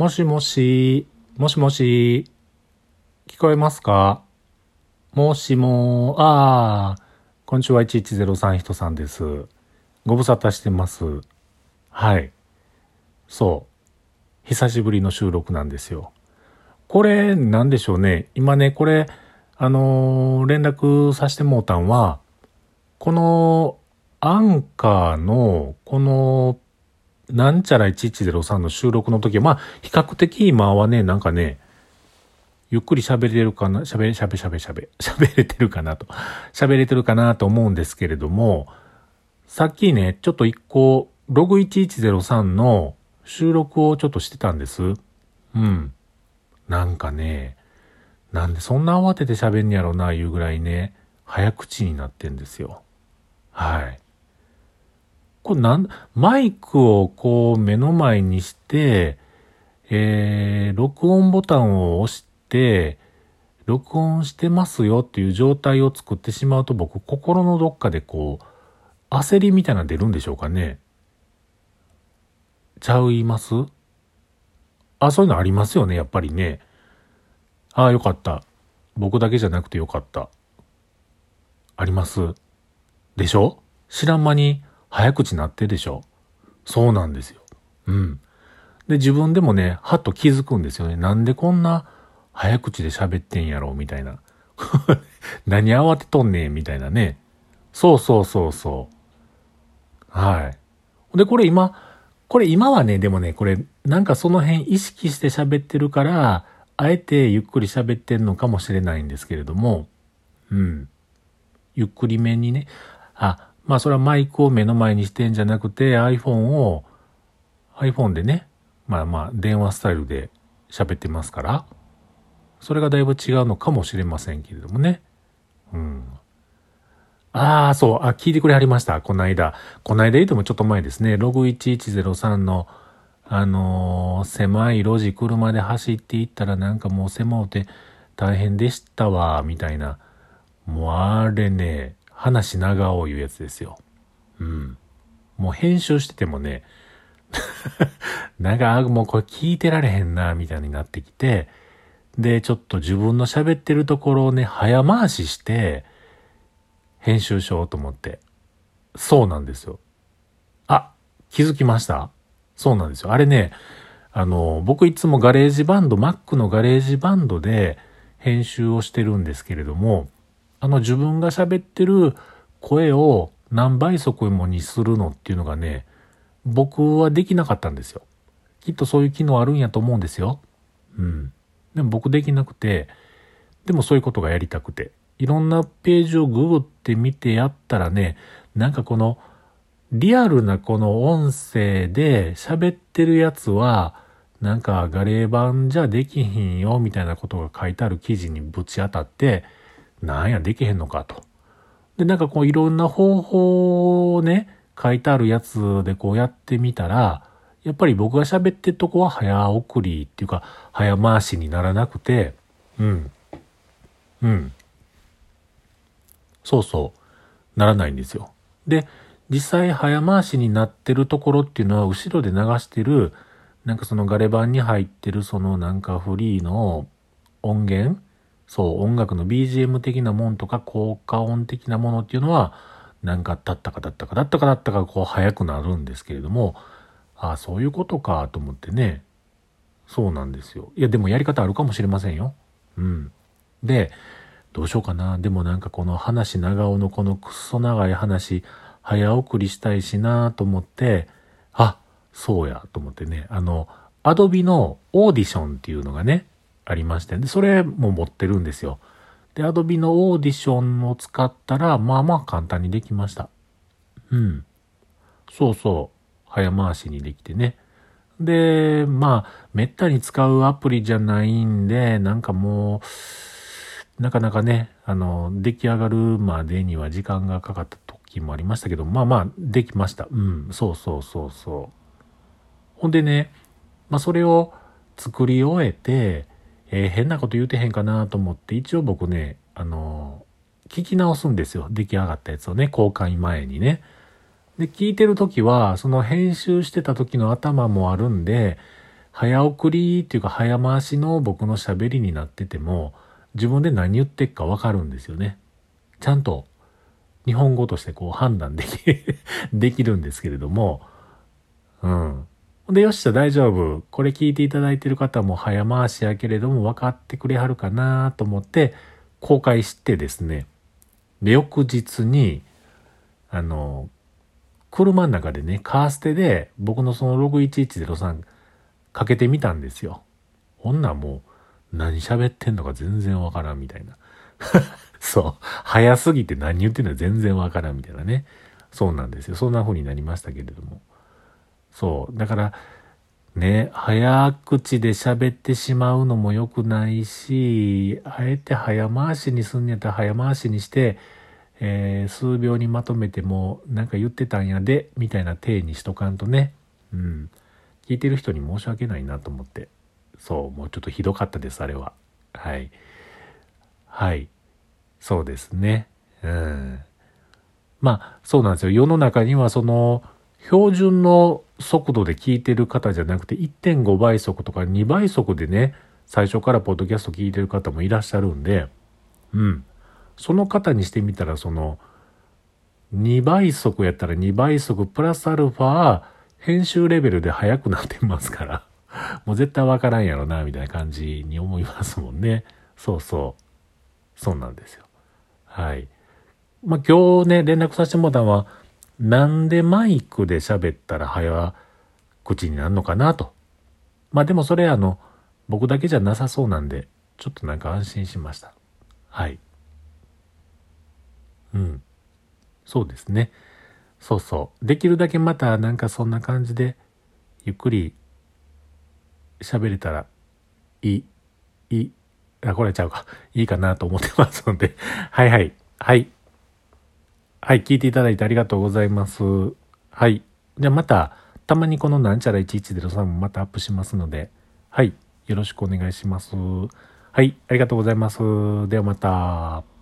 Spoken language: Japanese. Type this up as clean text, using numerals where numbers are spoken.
もしもし、もしもし、聞こえますか？もしも、こんにちは、1103人さんです。ご無沙汰してます。はい。そう。久しぶりの収録なんですよ。これ、なんでしょうね。今ね、これ、連絡させてもうたんは、この、アンカーの、この、なんちゃら1103の収録の時は、比較的今はね、なんかね、ゆっくり喋れるかな、喋れてるかなと、喋れてるかなと思うんですけれども、さっきね、ちょっと一個、ログ1103の収録をちょっとしてたんです。うん。なんかね、なんでそんな慌てて喋んやろな、いうぐらいね、早口になってんですよ。はい。これマイクをこう目の前にして、録音ボタンを押して、録音してますよっていう状態を作ってしまうと僕心のどっかでこう焦りみたいなの出るんでしょうかね。ちゃいます？そういうのありますよね、やっぱりね。よかった。僕だけじゃなくてよかった。あります。でしょ？知らん間に早口なってでしょ？そうなんですよ。うん。で、自分でもね、はっと気づくんですよね。なんでこんな早口で喋ってんやろみたいな。何慌てとんねんみたいなね。そうそうそうそう。はい。で、これ今はね、でもね、これなんかその辺意識して喋ってるから、あえてゆっくり喋ってんのかもしれないんですけれども、うん。ゆっくりめにね。それはマイクを目の前にしてんじゃなくて iPhone でね、電話スタイルで喋ってますから、それがだいぶ違うのかもしれませんけれどもね。うん。そう。聞いてくれはりました。この間言うてもちょっと前ですね。ログ1103の、狭い路地車で走っていったらなんかもう狭うて大変でしたわ、みたいな。もうあれね、話長を言うやつですよ。うん。もう編集しててもね、もうこれ聞いてられへんな、みたいになってきて、で、ちょっと自分の喋ってるところをね、早回しして、編集しようと思って。そうなんですよ。気づきました？そうなんですよ。あれね、僕いつもガレージバンド、Mac のガレージバンドで編集をしてるんですけれども、自分が喋ってる声を何倍速もにするのっていうのがね、僕はできなかったんですよ。きっとそういう機能あるんやと思うんですよ。うん。でも僕できなくて、でもそういうことがやりたくて、いろんなページをググってみてやったらね、なんかこのリアルなこの音声で喋ってるやつは、なんかガレー版じゃできひんよみたいなことが書いてある記事にぶち当たって、なんやできへんのかと。で、なんかこういろんな方法をね、書いてあるやつでこうやってみたら、やっぱり僕が喋ってるとこは早送りっていうか、早回しにならなくて、うん、うん、そうそう、ならないんですよ。で、実際早回しになってるところっていうのは、後ろで流してる、なんかそのガレ版に入ってるそのなんかフリーの音源、そう、音楽の BGM 的なもんとか効果音的なものっていうのは、なんかだったかこう早くなるんですけれども、そういうことかと思ってね。そうなんですよ。いや、でもやり方あるかもしれませんよ。うん。で、どうしようかな。でもなんかこの話長尾のこのくっそ長い話、早送りしたいしなと思って、そうやと思ってね、アドビのオーディションっていうのがね、ありまして、で、それも持ってるんですよ。で、アドビのオーディションを使ったら、簡単にできました。うん。そうそう。早回しにできてね。で、めったに使うアプリじゃないんで、なんかもう、なかなかね、出来上がるまでには時間がかかった時もありましたけど、できました。うん、そうそうそうそう。ほんでね、それを作り終えて、変なこと言うてへんかなと思って、一応僕ね、聞き直すんですよ。出来上がったやつをね、公開前にね。で、聞いてるときは、その編集してた時の頭もあるんで、 早送りっていうか早回しの僕の喋りになってても、自分で何言ってっかわかるんですよね。ちゃんと日本語としてこう判断できるんですけれども、うん。で、よっしゃ大丈夫。これ聞いていただいてる方も早回しやけれども分かってくれはるかなと思って公開してですね。で、翌日に、車の中でね、カーステで僕のその61103かけてみたんですよ。ほんなもう何喋ってんのか全然わからんみたいな。そう。早すぎて何言ってんのか全然わからんみたいなね。そうなんですよ。そんな風になりましたけれども。そう。だから、ね、早口で喋ってしまうのも良くないし、あえて早回しにすんやったら早回しにして、数秒にまとめてもなんか言ってたんやで、みたいな体にしとかんとね。うん。聞いてる人に申し訳ないなと思って。そう、もうちょっとひどかったです、あれは。はい。はい。そうですね。うん。まあ、そうなんですよ。世の中にはその、標準の速度で聞いてる方じゃなくて、1.5 倍速とか2倍速でね、最初からポッドキャスト聞いてる方もいらっしゃるんで、うん。その方にしてみたら、その、2倍速やったら2倍速プラスアルファ、編集レベルで速くなってますから、もう絶対わからんやろな、みたいな感じに思いますもんね。そうそう。そうなんですよ。はい。まあ、今日ね、連絡させてもらったのは、なんでマイクで喋ったら早口になるのかなと。まあでもそれ僕だけじゃなさそうなんで、ちょっとなんか安心しました。はい。うん。そうですね。そうそう。できるだけまたなんかそんな感じで、ゆっくり喋れたらいい、いい、あ、これちゃうか。いいかなと思ってますので。はいはい。はい。はい。聞いていただいてありがとうございます。はい。じゃあまた、たまにこのなんちゃら1103もまたアップしますので、はい。よろしくお願いします。はい。ありがとうございます。ではまた。